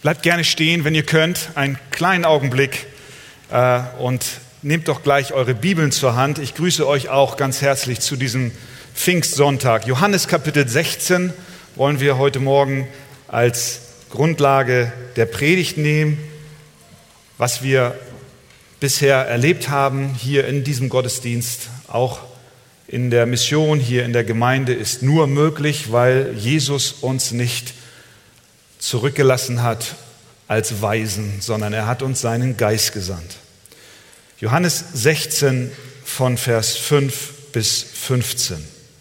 Bleibt gerne stehen, wenn ihr könnt, einen kleinen Augenblick und nehmt doch gleich eure Bibeln zur Hand. Ich grüße euch auch ganz herzlich zu diesem Pfingstsonntag. Johannes Kapitel 16 wollen wir heute Morgen als Grundlage der Predigt nehmen. Was wir bisher erlebt haben hier in diesem Gottesdienst, auch in der Mission hier in der Gemeinde, ist nur möglich, weil Jesus uns nicht zurückgelassen hat als Weisen, sondern er hat uns seinen Geist gesandt. Johannes 16 von Vers 5 bis 15.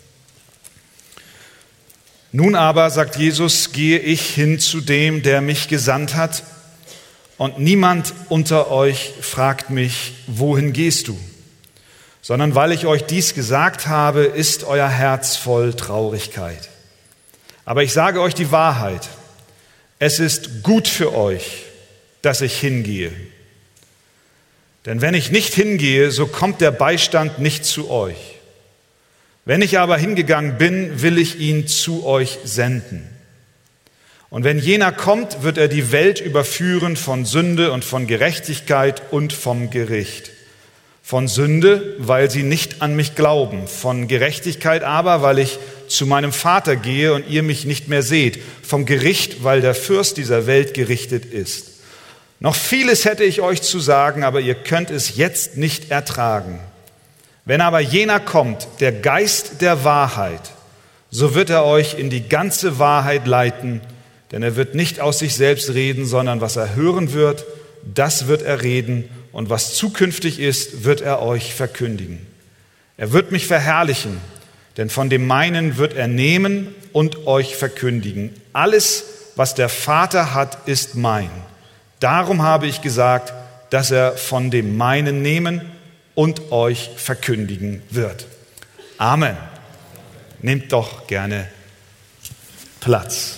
Nun aber, sagt Jesus, gehe ich hin zu dem, der mich gesandt hat, und niemand unter euch fragt mich, wohin gehst du? Sondern weil ich euch dies gesagt habe, ist euer Herz voll Traurigkeit. Aber ich sage euch die Wahrheit. Es ist gut für euch, dass ich hingehe. Denn wenn ich nicht hingehe, so kommt der Beistand nicht zu euch. Wenn ich aber hingegangen bin, will ich ihn zu euch senden. Und wenn jener kommt, wird er die Welt überführen von Sünde und von Gerechtigkeit und vom Gericht. Von Sünde, weil sie nicht an mich glauben. Von Gerechtigkeit aber, weil ich zu meinem Vater gehe und ihr mich nicht mehr seht. Vom Gericht, weil der Fürst dieser Welt gerichtet ist. Noch vieles hätte ich euch zu sagen, aber ihr könnt es jetzt nicht ertragen. Wenn aber jener kommt, der Geist der Wahrheit, so wird er euch in die ganze Wahrheit leiten, denn er wird nicht aus sich selbst reden, sondern was er hören wird, das wird er reden, und was zukünftig ist, wird er euch verkündigen. Er wird mich verherrlichen, denn von dem meinen wird er nehmen und euch verkündigen. Alles, was der Vater hat, ist mein. Darum habe ich gesagt, dass er von dem meinen nehmen und euch verkündigen wird. Amen. Nehmt doch gerne Platz.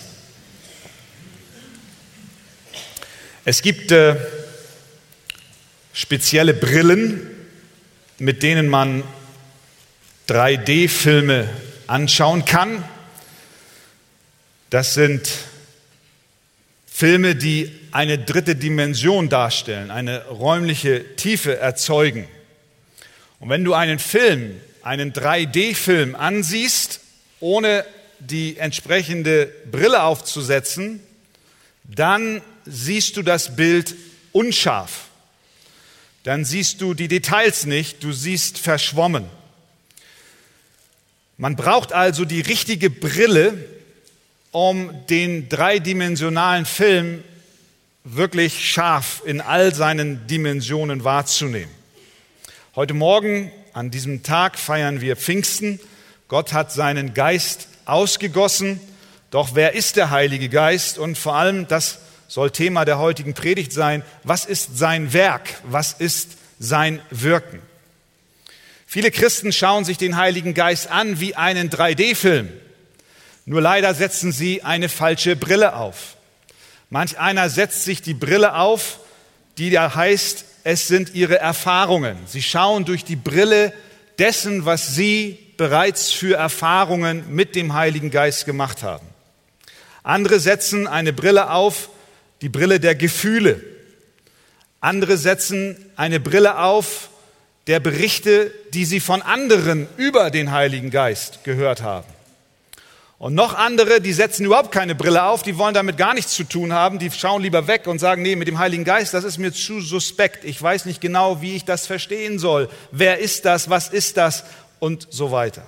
Es gibt spezielle Brillen, mit denen man 3D-Filme anschauen kann. Das sind Filme, die eine dritte Dimension darstellen, eine räumliche Tiefe erzeugen. Und wenn du einen 3D-Film ansiehst, ohne die entsprechende Brille aufzusetzen, dann siehst du das Bild unscharf. Dann siehst du die Details nicht, du siehst verschwommen. Man braucht also die richtige Brille, um den dreidimensionalen Film wirklich scharf in all seinen Dimensionen wahrzunehmen. Heute Morgen, an diesem Tag, feiern wir Pfingsten. Gott hat seinen Geist ausgegossen. Doch wer ist der Heilige Geist? Und vor allem, das soll Thema der heutigen Predigt sein, was ist sein Werk? Was ist sein Wirken? Viele Christen schauen sich den Heiligen Geist an wie einen 3D-Film. Nur leider setzen sie eine falsche Brille auf. Manch einer setzt sich die Brille auf, die da heißt, es sind ihre Erfahrungen. Sie schauen durch die Brille dessen, was sie bereits für Erfahrungen mit dem Heiligen Geist gemacht haben. Andere setzen eine Brille auf, die Brille der Gefühle. Andere setzen eine Brille auf der Berichte, die sie von anderen über den Heiligen Geist gehört haben. Und noch andere, die setzen überhaupt keine Brille auf, die wollen damit gar nichts zu tun haben, die schauen lieber weg und sagen, nee, mit dem Heiligen Geist, das ist mir zu suspekt, ich weiß nicht genau, wie ich das verstehen soll. Wer ist das, was ist das und so weiter.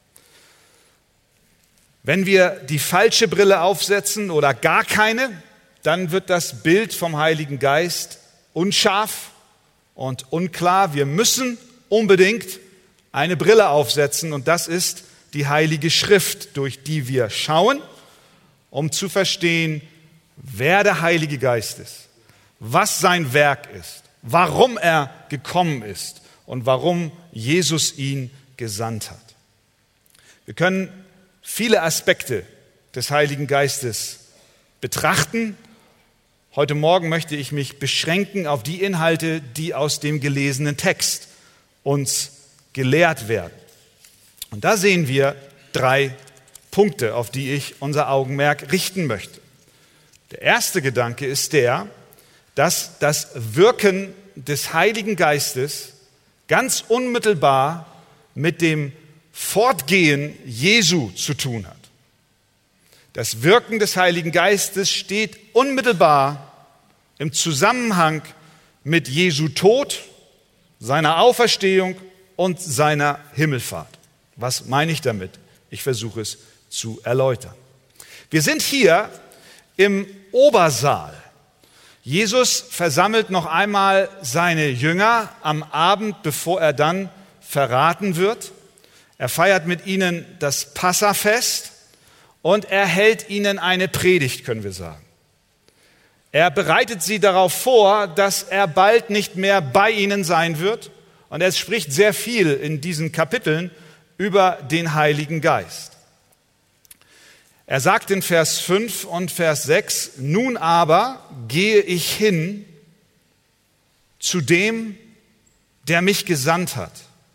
Wenn wir die falsche Brille aufsetzen oder gar keine, dann wird das Bild vom Heiligen Geist unscharf und unklar. Wir müssen unbedingt eine Brille aufsetzen und das ist die Heilige Schrift, durch die wir schauen, um zu verstehen, wer der Heilige Geist ist, was sein Werk ist, warum er gekommen ist und warum Jesus ihn gesandt hat. Wir können viele Aspekte des Heiligen Geistes betrachten. Heute Morgen möchte ich mich beschränken auf die Inhalte, die aus dem gelesenen Text uns gelehrt werden. Und da sehen wir 3 Punkte, auf die ich unser Augenmerk richten möchte. Der erste Gedanke ist der, dass das Wirken des Heiligen Geistes ganz unmittelbar mit dem Fortgehen Jesu zu tun hat. Das Wirken des Heiligen Geistes steht unmittelbar im Zusammenhang mit Jesu Tod, seiner Auferstehung und seiner Himmelfahrt. Was meine ich damit? Ich versuche es zu erläutern. Wir sind hier im Obersaal. Jesus versammelt noch einmal seine Jünger am Abend, bevor er dann verraten wird. Er feiert mit ihnen das Passafest und er hält ihnen eine Predigt, können wir sagen. Er bereitet sie darauf vor, dass er bald nicht mehr bei ihnen sein wird. Und er spricht sehr viel in diesen Kapiteln über den Heiligen Geist. Er sagt in Vers 5 und Vers 6, nun aber gehe ich hin zu dem, der mich gesandt hat.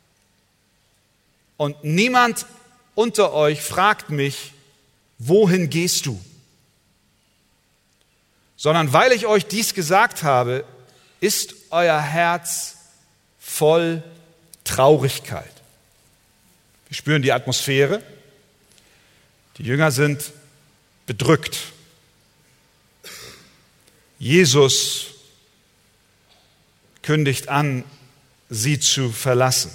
Und niemand unter euch fragt mich, wohin gehst du? Sondern weil ich euch dies gesagt habe, ist euer Herz voll Traurigkeit. Wir spüren die Atmosphäre. Die Jünger sind bedrückt. Jesus kündigt an, sie zu verlassen.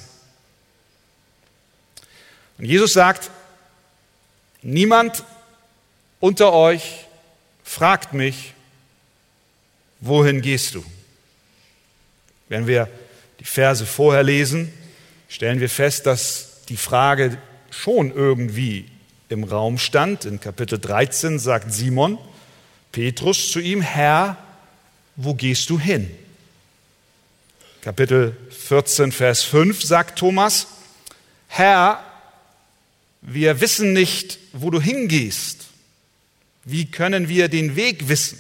Und Jesus sagt, niemand unter euch fragt mich, wohin gehst du? Wenn wir die Verse vorher lesen, stellen wir fest, dass die Frage schon irgendwie im Raum stand. In Kapitel 13 sagt Simon Petrus zu ihm, Herr, wo gehst du hin? Kapitel 14, Vers 5 sagt Thomas, Herr, wir wissen nicht, wo du hingehst. Wie können wir den Weg wissen?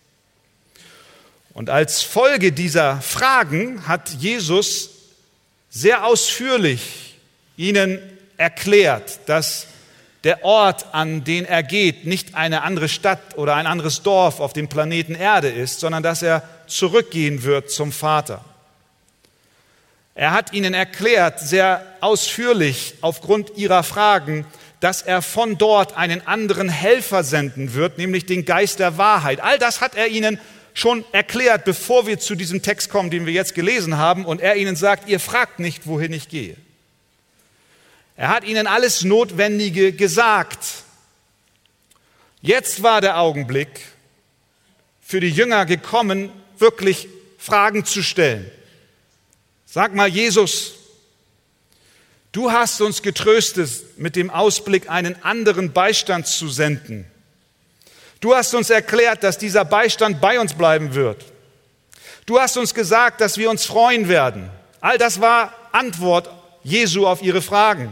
Und als Folge dieser Fragen hat Jesus sehr ausführlich ihnen erklärt, dass der Ort, an den er geht, nicht eine andere Stadt oder ein anderes Dorf auf dem Planeten Erde ist, sondern dass er zurückgehen wird zum Vater. Er hat ihnen erklärt, sehr ausführlich aufgrund ihrer Fragen, dass er von dort einen anderen Helfer senden wird, nämlich den Geist der Wahrheit. All das hat er ihnen schon erklärt, bevor wir zu diesem Text kommen, den wir jetzt gelesen haben, und er ihnen sagt, ihr fragt nicht, wohin ich gehe. Er hat ihnen alles Notwendige gesagt. Jetzt war der Augenblick für die Jünger gekommen, wirklich Fragen zu stellen. Sag mal, Jesus, du hast uns getröstet mit dem Ausblick, einen anderen Beistand zu senden. Du hast uns erklärt, dass dieser Beistand bei uns bleiben wird. Du hast uns gesagt, dass wir uns freuen werden. All das war Antwort Jesu auf ihre Fragen.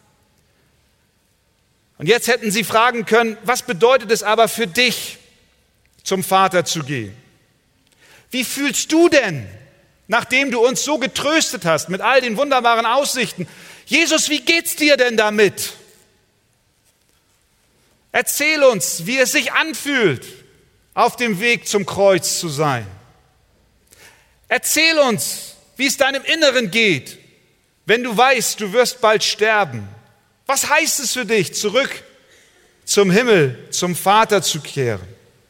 Und jetzt hätten sie fragen können, was bedeutet es aber für dich, zum Vater zu gehen? Wie fühlst du denn, nachdem du uns so getröstet hast mit all den wunderbaren Aussichten? Jesus, wie geht's dir denn damit? Erzähl uns, wie es sich anfühlt, auf dem Weg zum Kreuz zu sein. Erzähl uns, wie es deinem Inneren geht, wenn du weißt, du wirst bald sterben. Was heißt es für dich, zurück zum Himmel, zum Vater zu kehren?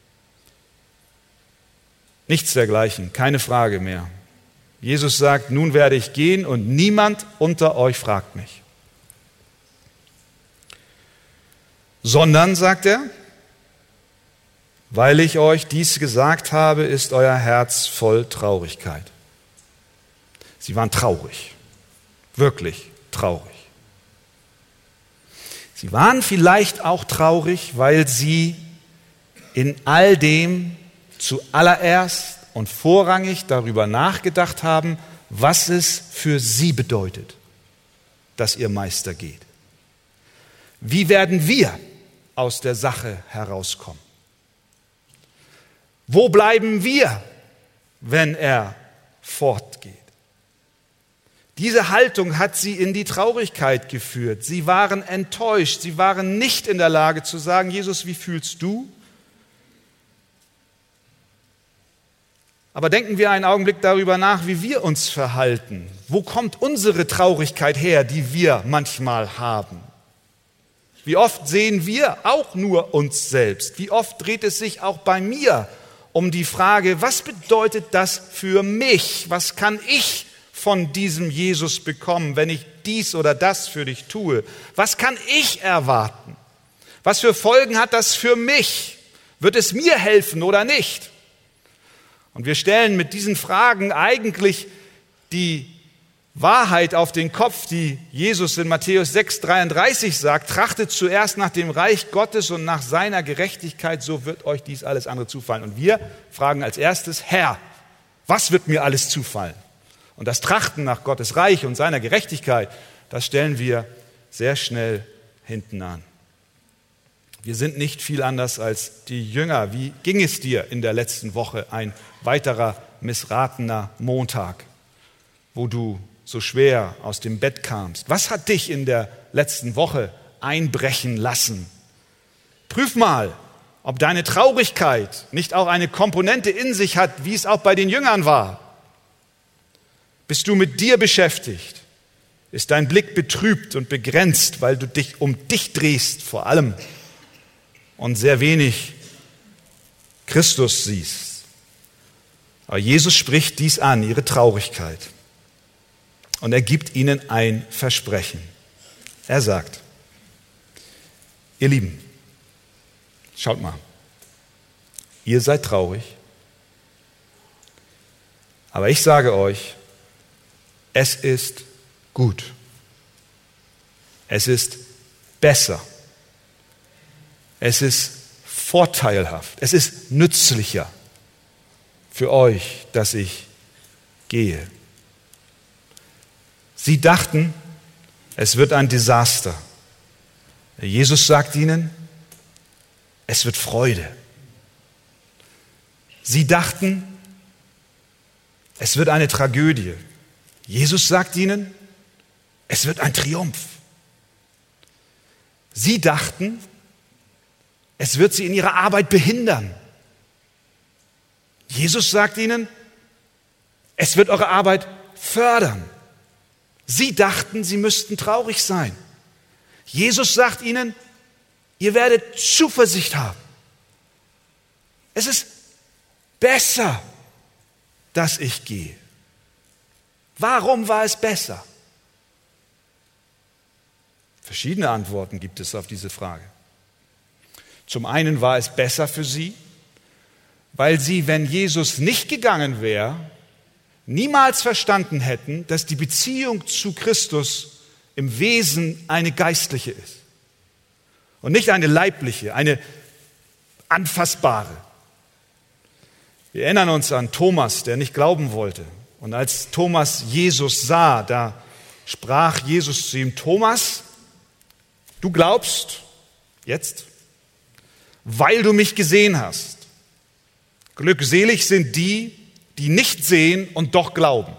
Nichts dergleichen, keine Frage mehr. Jesus sagt, nun werde ich gehen und niemand unter euch fragt mich. Sondern, sagt er, weil ich euch dies gesagt habe, ist euer Herz voll Traurigkeit. Sie waren traurig, wirklich traurig. Sie waren vielleicht auch traurig, weil sie in all dem zuallererst und vorrangig darüber nachgedacht haben, was es für sie bedeutet, dass ihr Meister geht. Wie werden wir aus der Sache herauskommen? Wo bleiben wir, wenn er fortgeht? Diese Haltung hat sie in die Traurigkeit geführt. Sie waren enttäuscht. Sie waren nicht in der Lage zu sagen, Jesus, wie fühlst du? Aber denken wir einen Augenblick darüber nach, wie wir uns verhalten. Wo kommt unsere Traurigkeit her, die wir manchmal haben? Wie oft sehen wir auch nur uns selbst? Wie oft dreht es sich auch bei mir um die Frage, was bedeutet das für mich? Was kann ich von diesem Jesus bekommen, wenn ich dies oder das für dich tue? Was kann ich erwarten? Was für Folgen hat das für mich? Wird es mir helfen oder nicht? Und wir stellen mit diesen Fragen eigentlich die Wahrheit auf den Kopf, die Jesus in Matthäus 6,33 sagt: Trachtet zuerst nach dem Reich Gottes und nach seiner Gerechtigkeit, so wird euch dies alles andere zufallen. Und wir fragen als erstes: Herr, was wird mir alles zufallen? Und das Trachten nach Gottes Reich und seiner Gerechtigkeit, das stellen wir sehr schnell hinten an. Wir sind nicht viel anders als die Jünger. Wie ging es dir in der letzten Woche? Ein weiterer missratener Montag, wo du so schwer aus dem Bett kamst. Was hat dich in der letzten Woche einbrechen lassen? Prüf mal, ob deine Traurigkeit nicht auch eine Komponente in sich hat, wie es auch bei den Jüngern war. Bist du mit dir beschäftigt? Ist dein Blick betrübt und begrenzt, weil du dich um dich drehst vor allem und sehr wenig Christus siehst? Aber Jesus spricht dies an, ihre Traurigkeit. Und er gibt ihnen ein Versprechen. Er sagt: Ihr Lieben, schaut mal, ihr seid traurig, aber ich sage euch, es ist gut. Es ist besser. Es ist vorteilhaft. Es ist nützlicher für euch, dass ich gehe. Sie dachten, es wird ein Desaster. Jesus sagt ihnen, es wird Freude. Sie dachten, es wird eine Tragödie. Jesus sagt ihnen, es wird ein Triumph. Sie dachten, es wird sie in ihrer Arbeit behindern. Jesus sagt ihnen, es wird eure Arbeit fördern. Sie dachten, sie müssten traurig sein. Jesus sagt ihnen, ihr werdet Zuversicht haben. Es ist besser, dass ich gehe. Warum war es besser? Verschiedene Antworten gibt es auf diese Frage. Zum einen war es besser für sie, weil sie, wenn Jesus nicht gegangen wäre, niemals verstanden hätten, dass die Beziehung zu Christus im Wesen eine geistliche ist und nicht eine leibliche, eine anfassbare. Wir erinnern uns an Thomas, der nicht glauben wollte. Und als Thomas Jesus sah, da sprach Jesus zu ihm: Thomas, du glaubst jetzt, weil du mich gesehen hast. Glückselig sind die, die nicht sehen und doch glauben.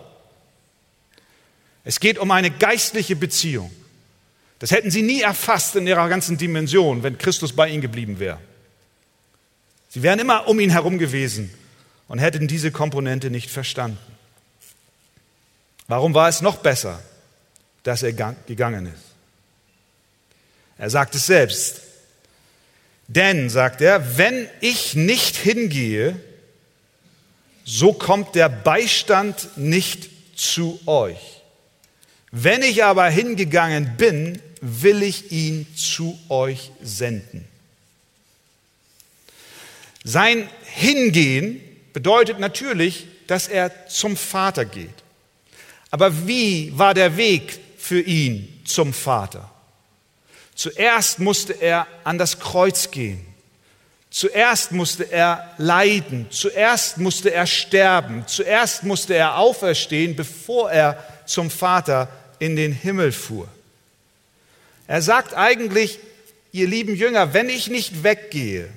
Es geht um eine geistliche Beziehung. Das hätten sie nie erfasst in ihrer ganzen Dimension, wenn Christus bei ihnen geblieben wäre. Sie wären immer um ihn herum gewesen und hätten diese Komponente nicht verstanden. Warum war es noch besser, dass er gegangen ist? Er sagt es selbst. Denn, sagt er, wenn ich nicht hingehe, so kommt der Beistand nicht zu euch. Wenn ich aber hingegangen bin, will ich ihn zu euch senden. Sein Hingehen bedeutet natürlich, dass er zum Vater geht. Aber wie war der Weg für ihn zum Vater? Zuerst musste er an das Kreuz gehen. Zuerst musste er leiden. Zuerst musste er sterben. Zuerst musste er auferstehen, bevor er zum Vater in den Himmel fuhr. Er sagt eigentlich, ihr lieben Jünger, wenn ich nicht weggehe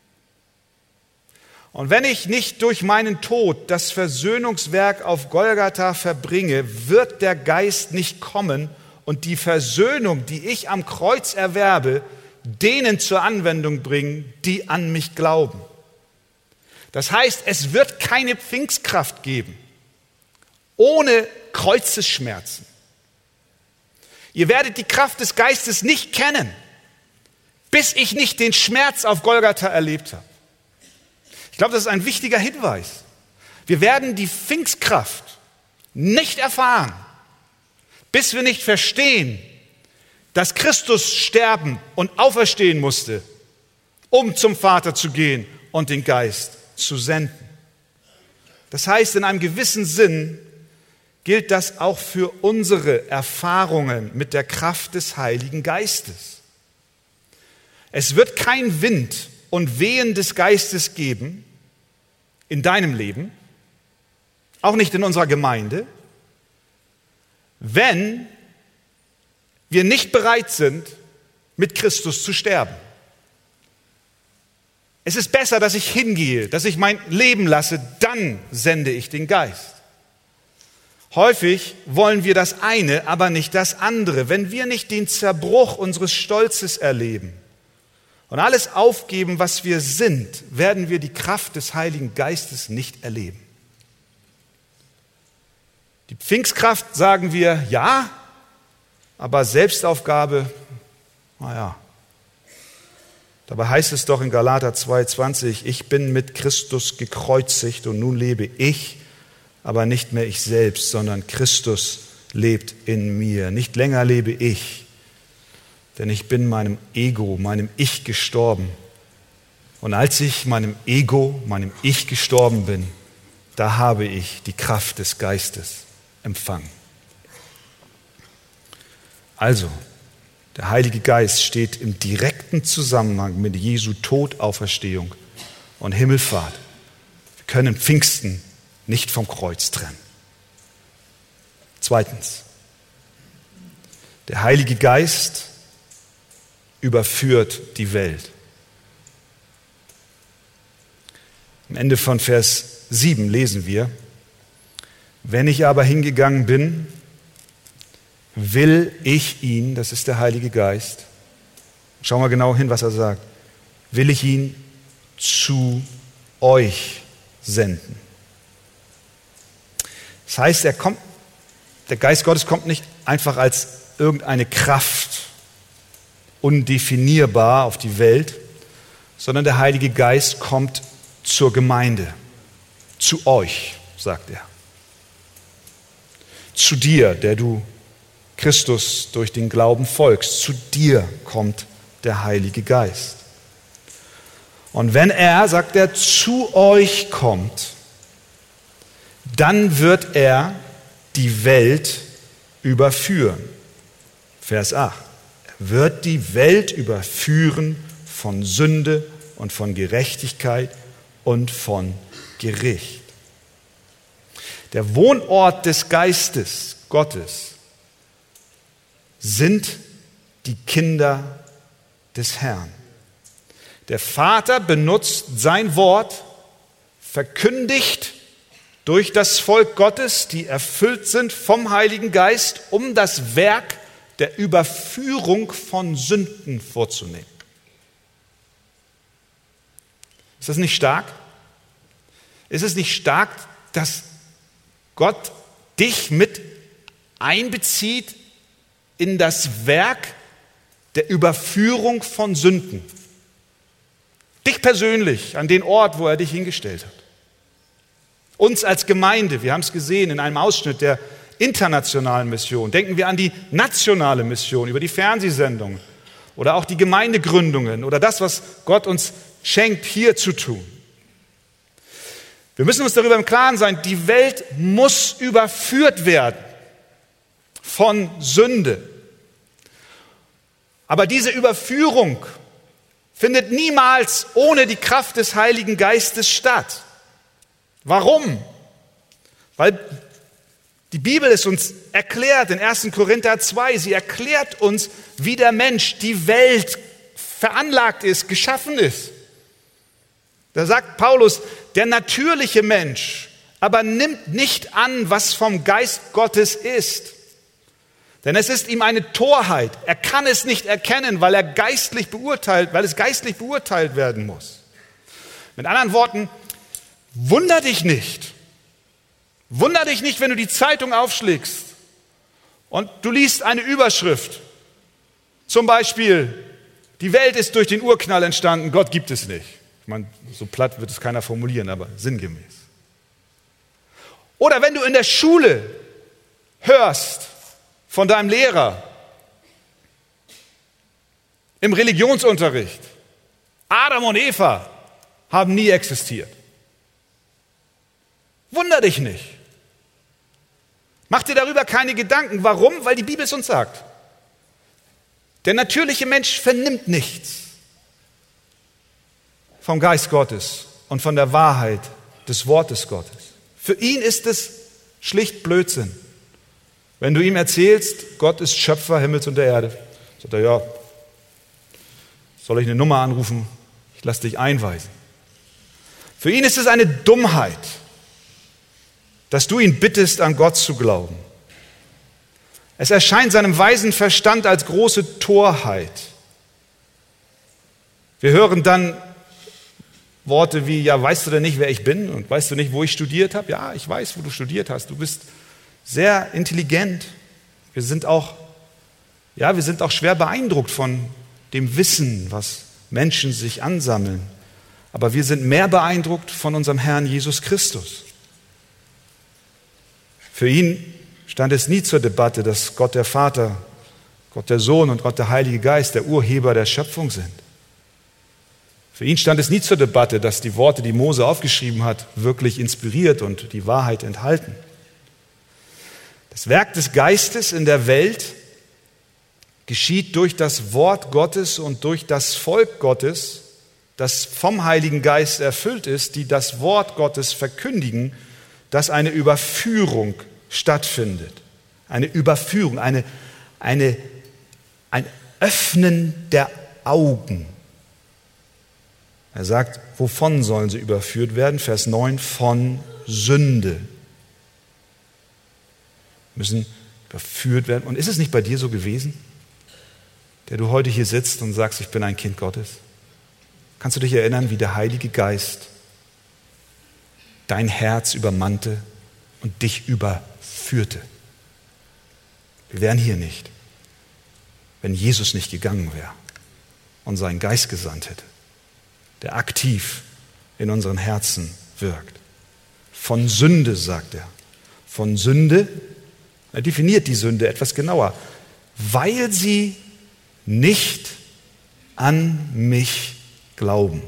und wenn ich nicht durch meinen Tod das Versöhnungswerk auf Golgatha verbringe, wird der Geist nicht kommen und die Versöhnung, die ich am Kreuz erwerbe, denen zur Anwendung bringen, die an mich glauben. Das heißt, es wird keine Pfingstkraft geben ohne Kreuzesschmerzen. Ihr werdet die Kraft des Geistes nicht kennen, bis ich nicht den Schmerz auf Golgatha erlebt habe. Ich glaube, das ist ein wichtiger Hinweis. Wir werden die Pfingstkraft nicht erfahren, bis wir nicht verstehen, dass Christus sterben und auferstehen musste, um zum Vater zu gehen und den Geist zu senden. Das heißt, in einem gewissen Sinn gilt das auch für unsere Erfahrungen mit der Kraft des Heiligen Geistes. Es wird kein Wind und Wehen des Geistes geben in deinem Leben, auch nicht in unserer Gemeinde, wenn wir nicht bereit sind, mit Christus zu sterben. Es ist besser, dass ich hingehe, dass ich mein Leben lasse, dann sende ich den Geist. Häufig wollen wir das eine, aber nicht das andere. Wenn wir nicht den Zerbruch unseres Stolzes erleben und alles aufgeben, was wir sind, werden wir die Kraft des Heiligen Geistes nicht erleben. Die Pfingstkraft sagen wir ja, aber Selbstaufgabe, naja. Dabei heißt es doch in Galater 2,20, ich bin mit Christus gekreuzigt und nun lebe ich, aber nicht mehr ich selbst, sondern Christus lebt in mir. Nicht länger lebe ich, denn ich bin meinem Ego, meinem Ich gestorben. Und als ich meinem Ego, meinem Ich gestorben bin, da habe ich die Kraft des Geistes empfangen. Also, der Heilige Geist steht im direkten Zusammenhang mit Jesu Tod, Auferstehung und Himmelfahrt. Wir können Pfingsten nicht vom Kreuz trennen. Zweitens, der Heilige Geist überführt die Welt. Am Ende von Vers 7 lesen wir, wenn ich aber hingegangen bin, will ich ihn, das ist der Heilige Geist, schauen wir genau hin, was er sagt, will ich ihn zu euch senden. Das heißt, der Geist Gottes kommt nicht einfach als irgendeine Kraft, undefinierbar auf die Welt, sondern der Heilige Geist kommt zur Gemeinde, zu euch, sagt er. Zu dir, der du Christus durch den Glauben folgst, zu dir kommt der Heilige Geist. Und wenn er, sagt er, zu euch kommt, dann wird er die Welt überführen. Vers 8. Er wird die Welt überführen von Sünde und von Gerechtigkeit und von Gericht. Der Wohnort des Geistes Gottes sind die Kinder des Herrn. Der Vater benutzt sein Wort, verkündigt durch das Volk Gottes, die erfüllt sind vom Heiligen Geist, um das Werk der Überführung von Sünden vorzunehmen. Ist das nicht stark? Ist es nicht stark, dass Gott dich mit einbezieht in das Werk der Überführung von Sünden? Dich persönlich an den Ort, wo er dich hingestellt hat. Uns als Gemeinde, wir haben es gesehen in einem Ausschnitt der internationalen Mission. Denken wir an die nationale Mission über die Fernsehsendungen oder auch die Gemeindegründungen oder das, was Gott uns schenkt, hier zu tun. Wir müssen uns darüber im Klaren sein, die Welt muss überführt werden von Sünde. Aber diese Überführung findet niemals ohne die Kraft des Heiligen Geistes statt. Warum? Weil die Bibel es uns erklärt in 1. Korinther 2. Sie erklärt uns, wie der Mensch, die Welt veranlagt ist, geschaffen ist. Da sagt Paulus, der natürliche Mensch aber nimmt nicht an, was vom Geist Gottes ist. Denn es ist ihm eine Torheit. Er kann es nicht erkennen, weil es geistlich beurteilt werden muss. Mit anderen Worten, Wunder dich nicht. Wunder dich nicht, wenn du die Zeitung aufschlägst und du liest eine Überschrift. Zum Beispiel, die Welt ist durch den Urknall entstanden, Gott gibt es nicht. Ich meine, so platt wird es keiner formulieren, aber sinngemäß. Oder wenn du in der Schule hörst von deinem Lehrer im Religionsunterricht, Adam und Eva haben nie existiert. Wunder dich nicht. Mach dir darüber keine Gedanken. Warum? Weil die Bibel es uns sagt. Der natürliche Mensch vernimmt nichts vom Geist Gottes und von der Wahrheit des Wortes Gottes. Für ihn ist es schlicht Blödsinn. Wenn du ihm erzählst, Gott ist Schöpfer Himmels und der Erde, sagt er, ja, soll ich eine Nummer anrufen? Ich lasse dich einweisen. Für ihn ist es eine Dummheit, dass du ihn bittest, an Gott zu glauben. Es erscheint seinem weisen Verstand als große Torheit. Wir hören dann Worte wie, ja, weißt du denn nicht, wer ich bin? Und weißt du nicht, wo ich studiert habe? Ja, ich weiß, wo du studiert hast. Du bist sehr intelligent. Wir sind auch schwer beeindruckt von dem Wissen, was Menschen sich ansammeln. Aber wir sind mehr beeindruckt von unserem Herrn Jesus Christus. Für ihn stand es nie zur Debatte, dass Gott der Vater, Gott der Sohn und Gott der Heilige Geist der Urheber der Schöpfung sind. Für ihn stand es nie zur Debatte, dass die Worte, die Mose aufgeschrieben hat, wirklich inspiriert und die Wahrheit enthalten. Das Werk des Geistes in der Welt geschieht durch das Wort Gottes und durch das Volk Gottes, das vom Heiligen Geist erfüllt ist, die das Wort Gottes verkündigen, dass eine Überführung stattfindet. Eine Überführung, ein Öffnen der Augen. Er sagt, wovon sollen sie überführt werden? Vers 9, von Sünde. Müssen überführt werden. Und ist es nicht bei dir so gewesen, der du heute hier sitzt und sagst, ich bin ein Kind Gottes? Kannst du dich erinnern, wie der Heilige Geist dein Herz übermannte und dich überführte? Wir wären hier nicht, wenn Jesus nicht gegangen wäre und seinen Geist gesandt hätte, der aktiv in unseren Herzen wirkt. Von Sünde, sagt er. Von Sünde, er definiert die Sünde etwas genauer, weil sie nicht an mich glauben.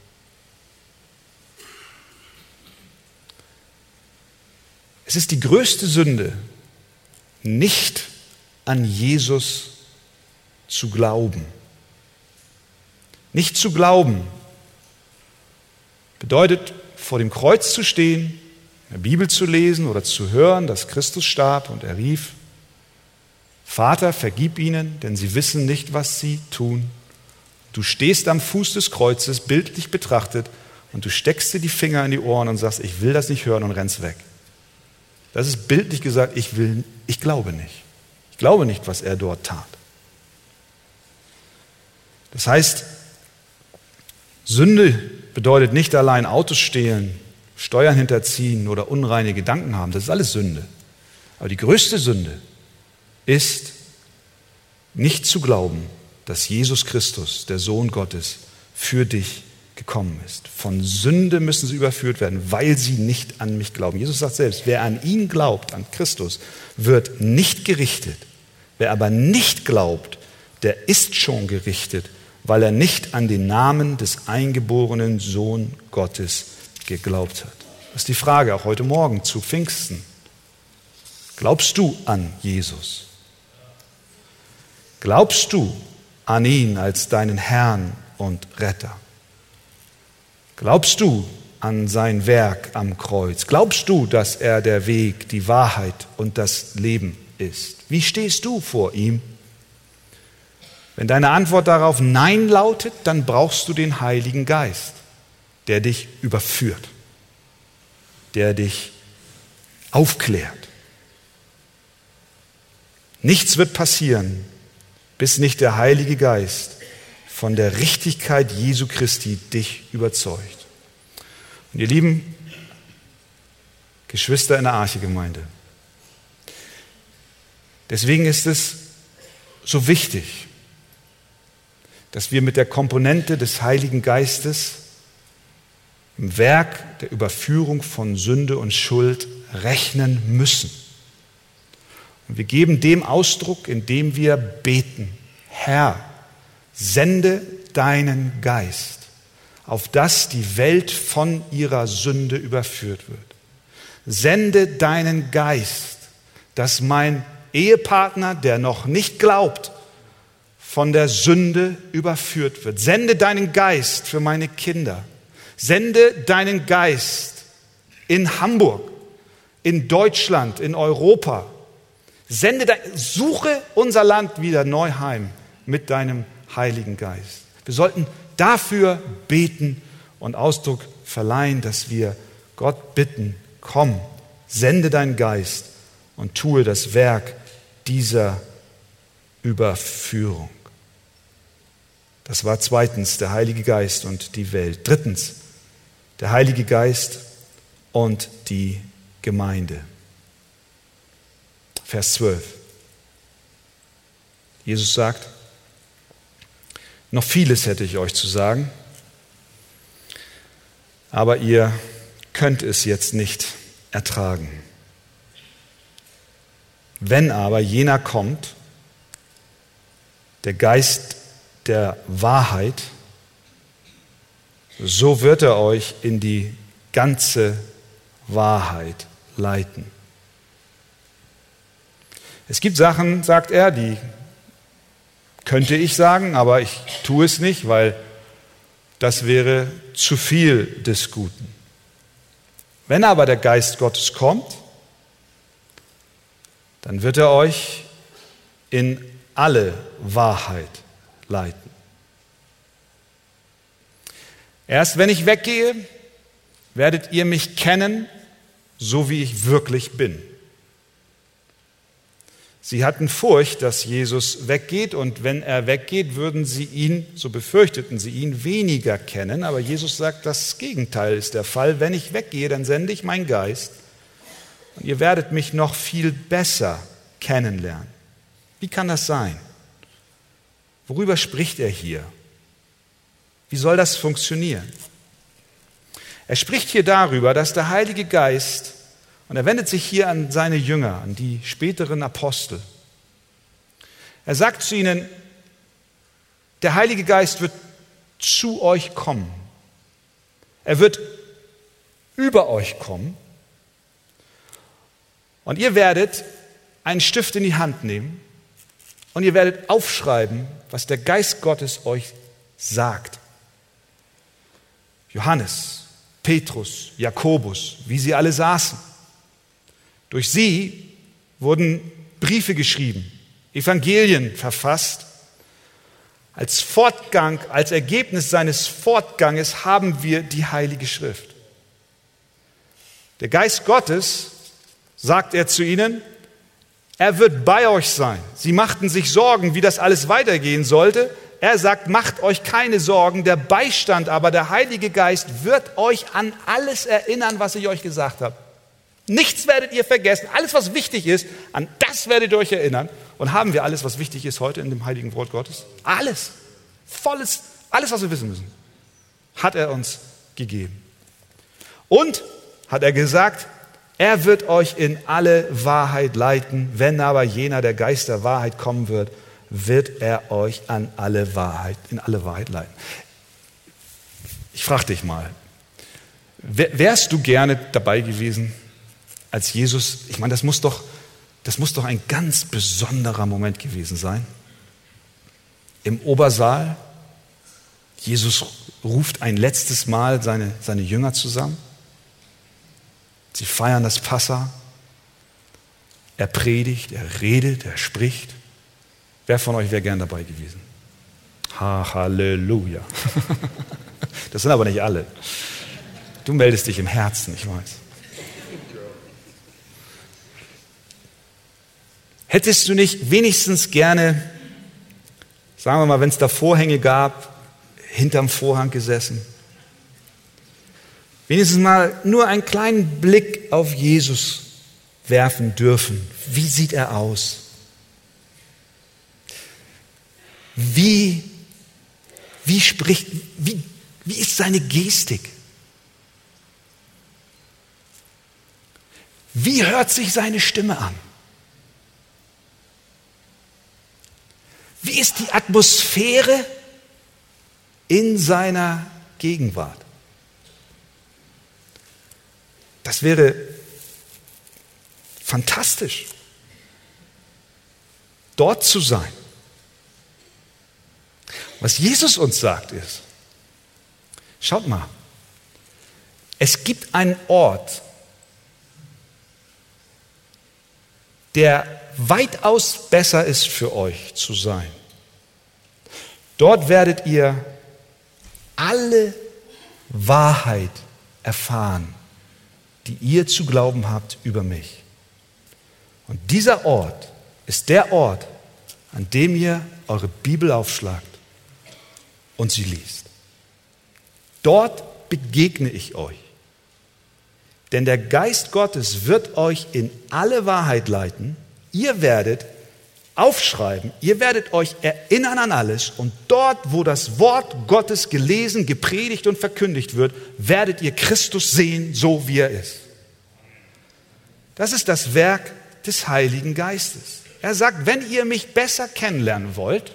Es ist die größte Sünde, nicht an Jesus zu glauben. Nicht zu glauben bedeutet, vor dem Kreuz zu stehen, in der Bibel zu lesen oder zu hören, dass Christus starb und er rief, Vater, vergib ihnen, denn sie wissen nicht, was sie tun. Du stehst am Fuß des Kreuzes, bildlich betrachtet, und du steckst dir die Finger in die Ohren und sagst, ich will das nicht hören, und rennst weg. Das ist bildlich gesagt, ich glaube nicht. Ich glaube nicht, was er dort tat. Das heißt, Sünde bedeutet nicht allein Autos stehlen, Steuern hinterziehen oder unreine Gedanken haben. Das ist alles Sünde. Aber die größte Sünde ist, nicht zu glauben, dass Jesus Christus, der Sohn Gottes, für dich gekommen ist. Von Sünde müssen sie überführt werden, weil sie nicht an mich glauben. Jesus sagt selbst, wer an ihn glaubt, an Christus, wird nicht gerichtet. Wer aber nicht glaubt, der ist schon gerichtet, weil er nicht an den Namen des eingeborenen Sohn Gottes geglaubt hat. Das ist die Frage auch heute Morgen zu Pfingsten. Glaubst du an Jesus? Glaubst du an ihn als deinen Herrn und Retter? Glaubst du an sein Werk am Kreuz? Glaubst du, dass er der Weg, die Wahrheit und das Leben ist? Wie stehst du vor ihm? Wenn deine Antwort darauf Nein lautet, dann brauchst du den Heiligen Geist, der dich überführt, der dich aufklärt. Nichts wird passieren, bis nicht der Heilige Geist von der Richtigkeit Jesu Christi dich überzeugt. Und ihr Lieben, Geschwister in der Arche-Gemeinde. Deswegen ist es so wichtig, dass wir mit der Komponente des Heiligen Geistes im Werk der Überführung von Sünde und Schuld rechnen müssen. Und wir geben dem Ausdruck, indem wir beten: Herr, sende deinen Geist, auf dass die Welt von ihrer Sünde überführt wird. Sende deinen Geist, dass mein Ehepartner, der noch nicht glaubt, von der Sünde überführt wird. Sende deinen Geist für meine Kinder. Sende deinen Geist in Hamburg, in Deutschland, in Europa. Suche unser Land wieder neu heim mit deinem Heiligen Geist. Wir sollten dafür beten und Ausdruck verleihen, dass wir Gott bitten: Komm, sende deinen Geist und tue das Werk dieser Überführung. Das war zweitens der Heilige Geist und die Welt. Drittens, der Heilige Geist und die Gemeinde. Vers 12. Jesus sagt: Noch vieles hätte ich euch zu sagen, aber ihr könnt es jetzt nicht ertragen. Wenn aber jener kommt, der Geist der Wahrheit, so wird er euch in die ganze Wahrheit leiten. Es gibt Sachen, sagt er, die könnte ich sagen, aber ich tue es nicht, weil das wäre zu viel des Guten. Wenn aber der Geist Gottes kommt, dann wird er euch in alle Wahrheit leiten. Erst wenn ich weggehe, werdet ihr mich kennen, so wie ich wirklich bin. Sie hatten Furcht, dass Jesus weggeht, und wenn er weggeht, würden sie ihn, so befürchteten sie ihn, weniger kennen. Aber Jesus sagt, das Gegenteil ist der Fall. Wenn ich weggehe, dann sende ich meinen Geist und ihr werdet mich noch viel besser kennenlernen. Wie kann das sein? Worüber spricht er hier? Wie soll das funktionieren? Er spricht hier darüber, dass der Heilige Geist, und er wendet sich hier an seine Jünger, an die späteren Apostel. Er sagt zu ihnen: Der Heilige Geist wird zu euch kommen. Er wird über euch kommen. Und ihr werdet einen Stift in die Hand nehmen und ihr werdet aufschreiben, was der Geist Gottes euch sagt. Johannes, Petrus, Jakobus, wie sie alle saßen. Durch sie wurden Briefe geschrieben, Evangelien verfasst. Als Fortgang, als Ergebnis seines Fortganges haben wir die Heilige Schrift. Der Geist Gottes, sagt er zu ihnen, er wird bei euch sein. Sie machten sich Sorgen, wie das alles weitergehen sollte. Er sagt, macht euch keine Sorgen, der Beistand aber, der Heilige Geist, wird euch an alles erinnern, was ich euch gesagt habe. Nichts werdet ihr vergessen, alles, was wichtig ist, an das werdet ihr euch erinnern. Und haben wir alles, was wichtig ist heute in dem heiligen Wort Gottes? Alles, alles, was wir wissen müssen, hat er uns gegeben. Und, hat er gesagt, er wird euch in alle Wahrheit leiten. Wenn aber jener, der Geist der Wahrheit kommen wird, wird er euch in alle Wahrheit leiten. Ich frage dich mal, wärst du gerne dabei gewesen, als Jesus, ich meine, das muss doch ein ganz besonderer Moment gewesen sein. Im Obersaal, Jesus ruft ein letztes Mal seine Jünger zusammen. Sie feiern das Passa. Er predigt, er redet, er spricht. Wer von euch wäre gern dabei gewesen? Halleluja. Das sind aber nicht alle. Du meldest dich im Herzen, ich weiß. Hättest du nicht wenigstens gerne, sagen wir mal, wenn es da Vorhänge gab, hinterm Vorhang gesessen wenigstens mal nur einen kleinen Blick auf Jesus werfen dürfen. Wie sieht er aus? Wie ist seine Gestik? Wie hört sich seine Stimme an? Wie ist die Atmosphäre in seiner Gegenwart? Das wäre fantastisch, dort zu sein. Was Jesus uns sagt ist, schaut mal, es gibt einen Ort, der weitaus besser ist für euch zu sein. Dort werdet ihr alle Wahrheit erfahren, die ihr zu glauben habt über mich. Und dieser Ort ist der Ort, an dem ihr eure Bibel aufschlagt und sie liest. Dort begegne ich euch. Denn der Geist Gottes wird euch in alle Wahrheit leiten. Ihr werdet aufschreiben, ihr werdet euch erinnern an alles. Und dort, wo das Wort Gottes gelesen, gepredigt und verkündigt wird, werdet ihr Christus sehen, so wie er ist. Das ist das Werk des Heiligen Geistes. Er sagt, wenn ihr mich besser kennenlernen wollt,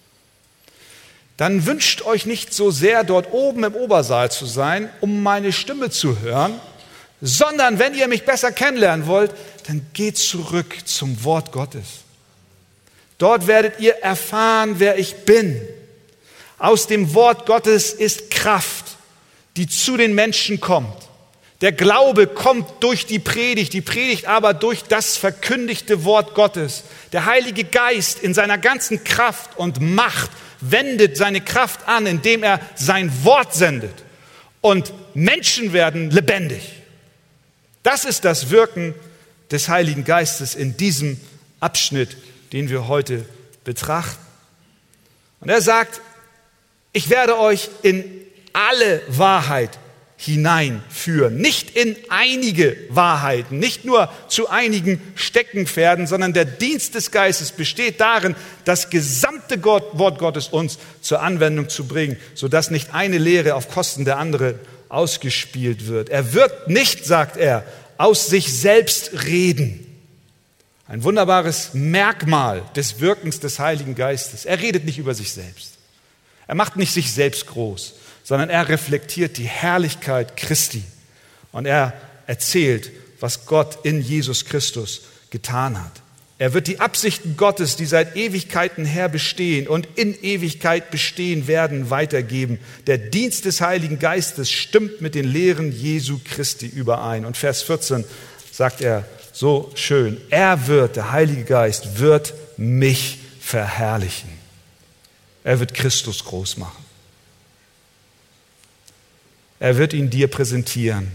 dann wünscht euch nicht so sehr, dort oben im Obersaal zu sein, um meine Stimme zu hören, sondern wenn ihr mich besser kennenlernen wollt, dann geht zurück zum Wort Gottes. Dort werdet ihr erfahren, wer ich bin. Aus dem Wort Gottes ist Kraft, die zu den Menschen kommt. Der Glaube kommt durch die Predigt aber durch das verkündigte Wort Gottes. Der Heilige Geist in seiner ganzen Kraft und Macht wendet seine Kraft an, indem er sein Wort sendet. Und Menschen werden lebendig. Das ist das Wirken des Heiligen Geistes in diesem Abschnitt, den wir heute betrachten. Und er sagt, ich werde euch in alle Wahrheit hineinführen. Nicht in einige Wahrheiten, nicht nur zu einigen Steckenpferden, sondern der Dienst des Geistes besteht darin, das gesamte Wort Gottes uns zur Anwendung zu bringen, sodass nicht eine Lehre auf Kosten der anderen ausgespielt wird. Er wird nicht, sagt er, aus sich selbst reden. Ein wunderbares Merkmal des Wirkens des Heiligen Geistes. Er redet nicht über sich selbst. Er macht nicht sich selbst groß, sondern er reflektiert die Herrlichkeit Christi. Und er erzählt, was Gott in Jesus Christus getan hat. Er wird die Absichten Gottes, die seit Ewigkeiten her bestehen und in Ewigkeit bestehen werden, weitergeben. Der Dienst des Heiligen Geistes stimmt mit den Lehren Jesu Christi überein. Und Vers 14 sagt er so schön, der Heilige Geist wird mich verherrlichen. Er wird Christus groß machen. Er wird ihn dir präsentieren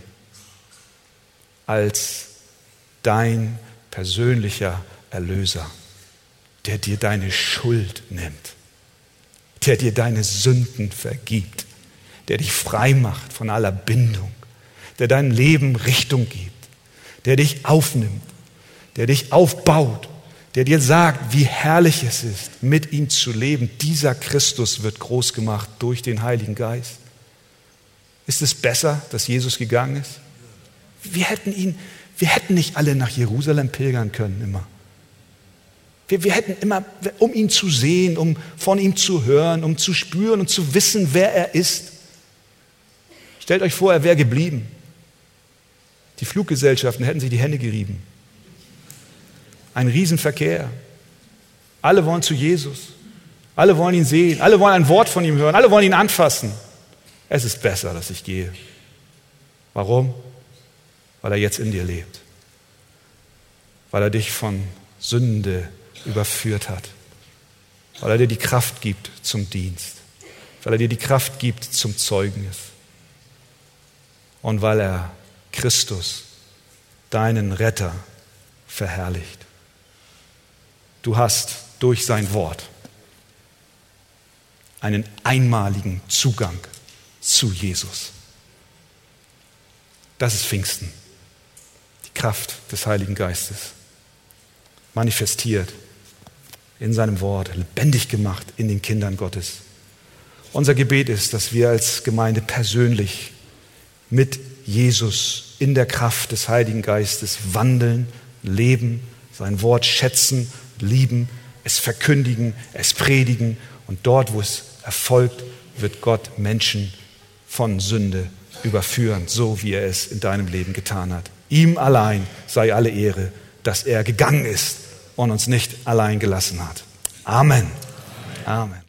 als dein persönlicher Erlöser, der dir deine Schuld nimmt, der dir deine Sünden vergibt, der dich frei macht von aller Bindung, der deinem Leben Richtung gibt, der dich aufnimmt, der dich aufbaut, der dir sagt, wie herrlich es ist, mit ihm zu leben. Dieser Christus wird groß gemacht durch den Heiligen Geist. Ist es besser, dass Jesus gegangen ist? Wir hätten nicht alle nach Jerusalem pilgern können immer. Wir hätten immer, um ihn zu sehen, um von ihm zu hören, um zu spüren und zu wissen, wer er ist. Stellt euch vor, er wäre geblieben. Die Fluggesellschaften hätten sich die Hände gerieben. Ein Riesenverkehr. Alle wollen zu Jesus. Alle wollen ihn sehen. Alle wollen ein Wort von ihm hören. Alle wollen ihn anfassen. Es ist besser, dass ich gehe. Warum? Weil er jetzt in dir lebt. Weil er dich von Sünde überführt hat. Weil er dir die Kraft gibt zum Dienst. Weil er dir die Kraft gibt zum Zeugnis. Und weil er Christus, deinen Retter, verherrlicht. Du hast durch sein Wort einen einmaligen Zugang zu Jesus. Das ist Pfingsten. Die Kraft des Heiligen Geistes. Manifestiert in seinem Wort, lebendig gemacht in den Kindern Gottes. Unser Gebet ist, dass wir als Gemeinde persönlich mit Jesus in der Kraft des Heiligen Geistes wandeln, leben, sein Wort schätzen, lieben, es verkündigen, es predigen und dort, wo es erfolgt, wird Gott Menschen von Sünde überführen, so wie er es in deinem Leben getan hat. Ihm allein sei alle Ehre, dass er gegangen ist und uns nicht allein gelassen hat. Amen. Amen.